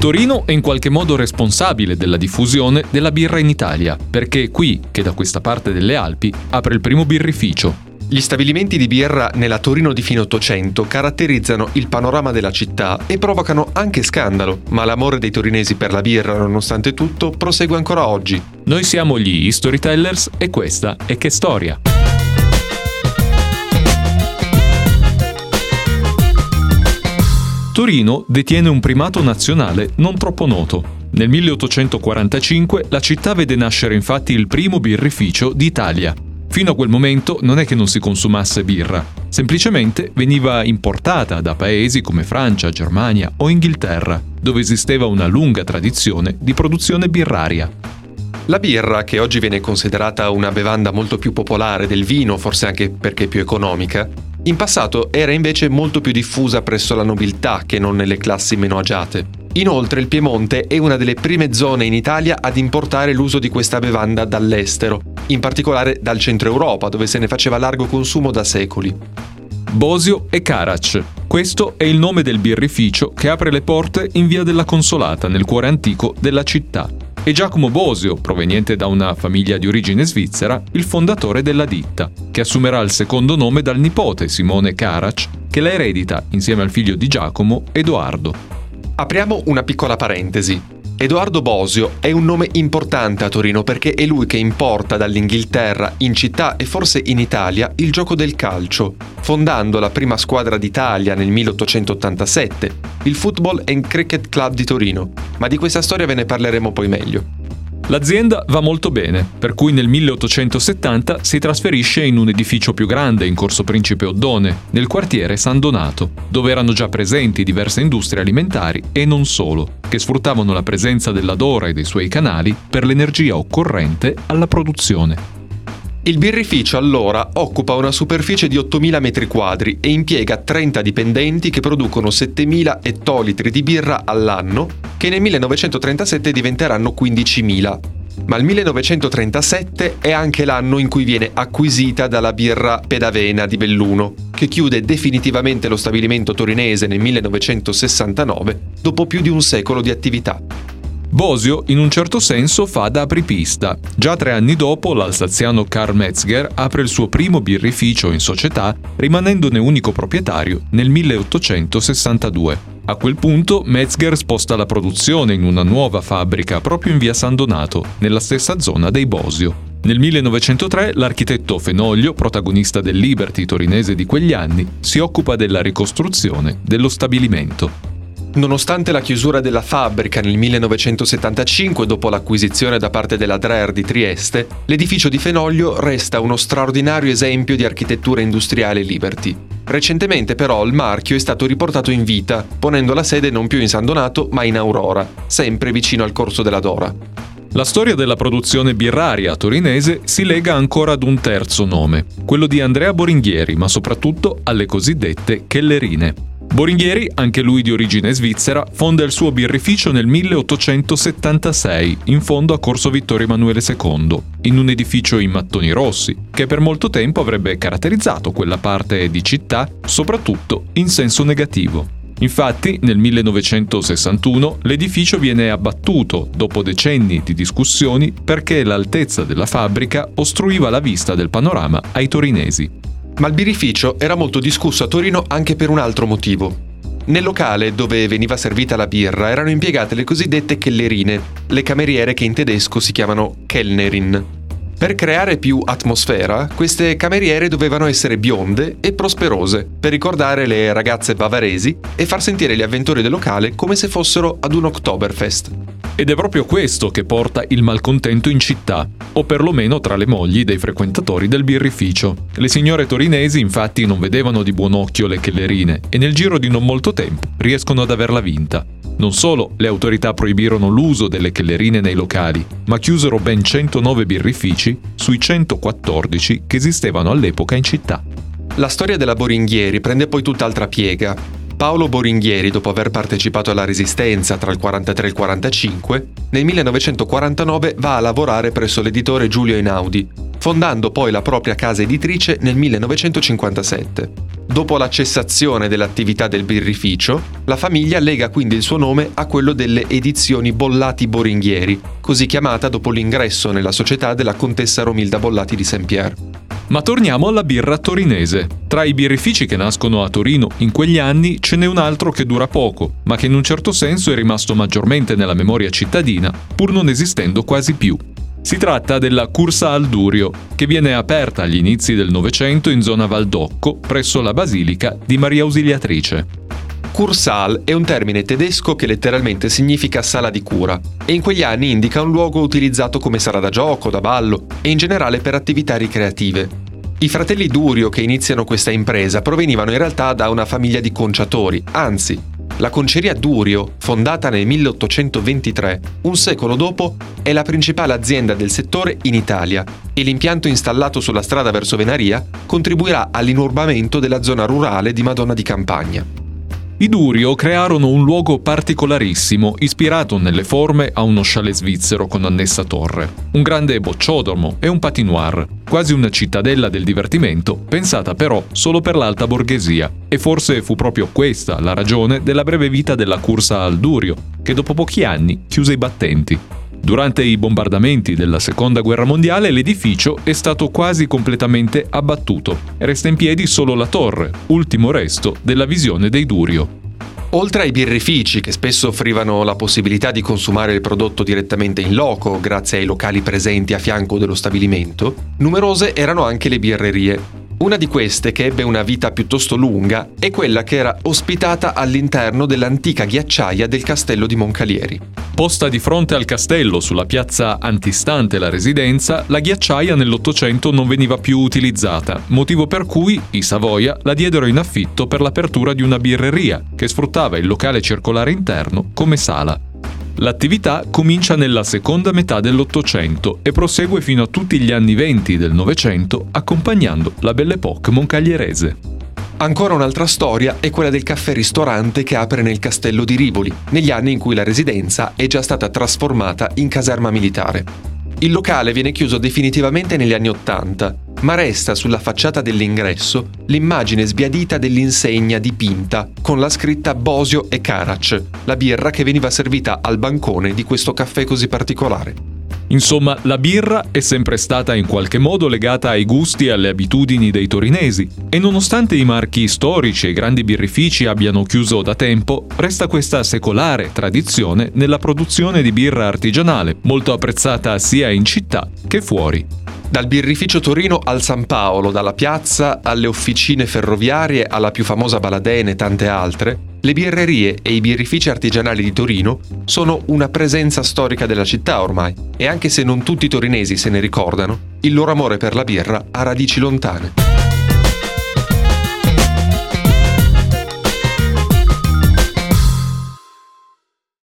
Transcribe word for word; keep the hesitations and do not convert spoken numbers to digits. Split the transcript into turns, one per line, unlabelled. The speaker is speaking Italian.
Torino è in qualche modo responsabile della diffusione della birra in Italia, perché è qui che da questa parte delle Alpi apre il primo birrificio.
Gli stabilimenti di birra nella Torino di fine Ottocento caratterizzano il panorama della città e provocano anche scandalo, ma l'amore dei torinesi per la birra, nonostante tutto, prosegue ancora oggi.
Noi siamo gli Storytellers e questa è Che Storia! Torino detiene un primato nazionale non troppo noto. Nel milleottocentoquarantacinque la città vede nascere infatti il primo birrificio d'Italia. Fino a quel momento non è che non si consumasse birra, semplicemente veniva importata da paesi come Francia, Germania o Inghilterra, dove esisteva una lunga tradizione di produzione birraria.
La birra, che oggi viene considerata una bevanda molto più popolare del vino, forse anche perché più economica, in passato era invece molto più diffusa presso la nobiltà che non nelle classi meno agiate. Inoltre il Piemonte è una delle prime zone in Italia ad importare l'uso di questa bevanda dall'estero, in particolare dal centro Europa, dove se ne faceva largo consumo da secoli.
Bosio e Carac. Questo è il nome del birrificio che apre le porte in via della Consolata, nel cuore antico della città. È Giacomo Bosio, proveniente da una famiglia di origine svizzera, il fondatore della ditta, che assumerà il secondo nome dal nipote Simone Carac, che la eredita insieme al figlio di Giacomo, Edoardo.
Apriamo una piccola parentesi. Edoardo Bosio è un nome importante a Torino perché è lui che importa dall'Inghilterra in città e forse in Italia il gioco del calcio, fondando la prima squadra d'Italia nel milleottocentottantasette, il Football and Cricket Club di Torino, ma di questa storia ve ne parleremo poi meglio.
L'azienda va molto bene, per cui nel milleottocentosettanta si trasferisce in un edificio più grande in Corso Principe Oddone, nel quartiere San Donato, dove erano già presenti diverse industrie alimentari e non solo, che sfruttavano la presenza della Dora e dei suoi canali per l'energia occorrente alla produzione.
Il birrificio allora occupa una superficie di ottomila metri quadri e impiega trenta dipendenti che producono settemila ettolitri di birra all'anno, che nel millenovecentotrentasette diventeranno quindicimila. Ma il millenovecentotrentasette è anche l'anno in cui viene acquisita dalla birra Pedavena di Belluno, che chiude definitivamente lo stabilimento torinese nel millenovecentosessantanove, dopo più di un secolo di attività.
Bosio, in un certo senso, fa da apripista. Già tre anni dopo, l'alsaziano Karl Metzger apre il suo primo birrificio in società, rimanendone unico proprietario nel milleottocentosessantadue. A quel punto, Metzger sposta la produzione in una nuova fabbrica proprio in via San Donato, nella stessa zona dei Bosio. Nel millenovecentotre l'architetto Fenoglio, protagonista del Liberty torinese di quegli anni, si occupa della ricostruzione dello stabilimento.
Nonostante la chiusura della fabbrica nel millenovecentosettantacinque dopo l'acquisizione da parte della Dreher di Trieste, l'edificio di Fenoglio resta uno straordinario esempio di architettura industriale Liberty. Recentemente però il marchio è stato riportato in vita, ponendo la sede non più in San Donato ma in Aurora, sempre vicino al Corso della Dora.
La storia della produzione birraria torinese si lega ancora ad un terzo nome, quello di Andrea Boringhieri, ma soprattutto alle cosiddette Kellerine. Boringhieri, anche lui di origine svizzera, fonda il suo birrificio nel milleottocentosettantasei, in fondo a Corso Vittorio Emanuele secondo, in un edificio in mattoni rossi, che per molto tempo avrebbe caratterizzato quella parte di città, soprattutto in senso negativo. Infatti, nel millenovecentosessantuno l'edificio viene abbattuto dopo decenni di discussioni perché l'altezza della fabbrica ostruiva la vista del panorama ai torinesi.
Ma il birrificio era molto discusso a Torino anche per un altro motivo. Nel locale dove veniva servita la birra erano impiegate le cosiddette kellerine, le cameriere che in tedesco si chiamano Kellnerin. Per creare più atmosfera, queste cameriere dovevano essere bionde e prosperose, per ricordare le ragazze bavaresi e far sentire gli avventori del locale come se fossero ad un Oktoberfest.
Ed è proprio questo che porta il malcontento in città, o perlomeno tra le mogli dei frequentatori del birrificio. Le signore torinesi infatti non vedevano di buon occhio le kellerine e nel giro di non molto tempo riescono ad averla vinta. Non solo le autorità proibirono l'uso delle kellerine nei locali, ma chiusero ben centonove birrifici sui centoquattordici che esistevano all'epoca in città.
La storia della Boringhieri prende poi tutt'altra piega. Paolo Boringhieri, dopo aver partecipato alla Resistenza tra il quarantatré e il quarantacinque, nel millenovecentoquarantanove va a lavorare presso l'editore Giulio Einaudi, fondando poi la propria casa editrice nel millenovecentocinquantasette. Dopo la cessazione dell'attività del birrificio, la famiglia lega quindi il suo nome a quello delle Edizioni Bollati Boringhieri, così chiamata dopo l'ingresso nella società della contessa Romilda Bollati di Saint-Pierre.
Ma torniamo alla birra torinese. Tra i birrifici che nascono a Torino in quegli anni ce n'è un altro che dura poco, ma che in un certo senso è rimasto maggiormente nella memoria cittadina, pur non esistendo quasi più. Si tratta della Cursa al Durio, che viene aperta agli inizi del Novecento in zona Valdocco, presso la Basilica di Maria Ausiliatrice.
Kursaal è un termine tedesco che letteralmente significa sala di cura e in quegli anni indica un luogo utilizzato come sala da gioco, da ballo e in generale per attività ricreative. I fratelli Durio che iniziano questa impresa provenivano in realtà da una famiglia di conciatori, anzi, la conceria Durio, fondata nel milleottocentoventitré, un secolo dopo, è la principale azienda del settore in Italia e l'impianto installato sulla strada verso Venaria contribuirà all'inurbamento della zona rurale di Madonna di Campagna.
I Durio crearono un luogo particolarissimo, ispirato nelle forme a uno chalet svizzero con annessa torre, un grande bocciodromo e un patinoire, quasi una cittadella del divertimento, pensata però solo per l'alta borghesia, e forse fu proprio questa la ragione della breve vita della Cursa al Durio, che dopo pochi anni chiuse i battenti. Durante i bombardamenti della Seconda Guerra Mondiale l'edificio è stato quasi completamente abbattuto e resta in piedi solo la torre, ultimo resto della visione dei Durio.
Oltre ai birrifici, che spesso offrivano la possibilità di consumare il prodotto direttamente in loco grazie ai locali presenti a fianco dello stabilimento, numerose erano anche le birrerie. Una di queste, che ebbe una vita piuttosto lunga, è quella che era ospitata all'interno dell'antica ghiacciaia del castello di Moncalieri.
Posta di fronte al castello, sulla piazza antistante la residenza, la ghiacciaia nell'Ottocento non veniva più utilizzata, motivo per cui i Savoia la diedero in affitto per l'apertura di una birreria, che sfruttava il locale circolare interno come sala. L'attività comincia nella seconda metà dell'Ottocento e prosegue fino a tutti gli anni venti del Novecento, accompagnando la Belle Époque moncaglierese.
Ancora un'altra storia è quella del caffè-ristorante che apre nel castello di Rivoli, negli anni in cui la residenza è già stata trasformata in caserma militare. Il locale viene chiuso definitivamente negli anni Ottanta, ma resta sulla facciata dell'ingresso l'immagine sbiadita dell'insegna dipinta con la scritta Bosio e Carac, la birra che veniva servita al bancone di questo caffè così particolare.
Insomma, la birra è sempre stata in qualche modo legata ai gusti e alle abitudini dei torinesi e nonostante i marchi storici e i grandi birrifici abbiano chiuso da tempo, resta questa secolare tradizione nella produzione di birra artigianale, molto apprezzata sia in città che fuori.
Dal birrificio Torino al San Paolo, dalla piazza alle officine ferroviarie alla più famosa Baladene e tante altre, le birrerie e i birrifici artigianali di Torino sono una presenza storica della città ormai e anche se non tutti i torinesi se ne ricordano, il loro amore per la birra ha radici lontane.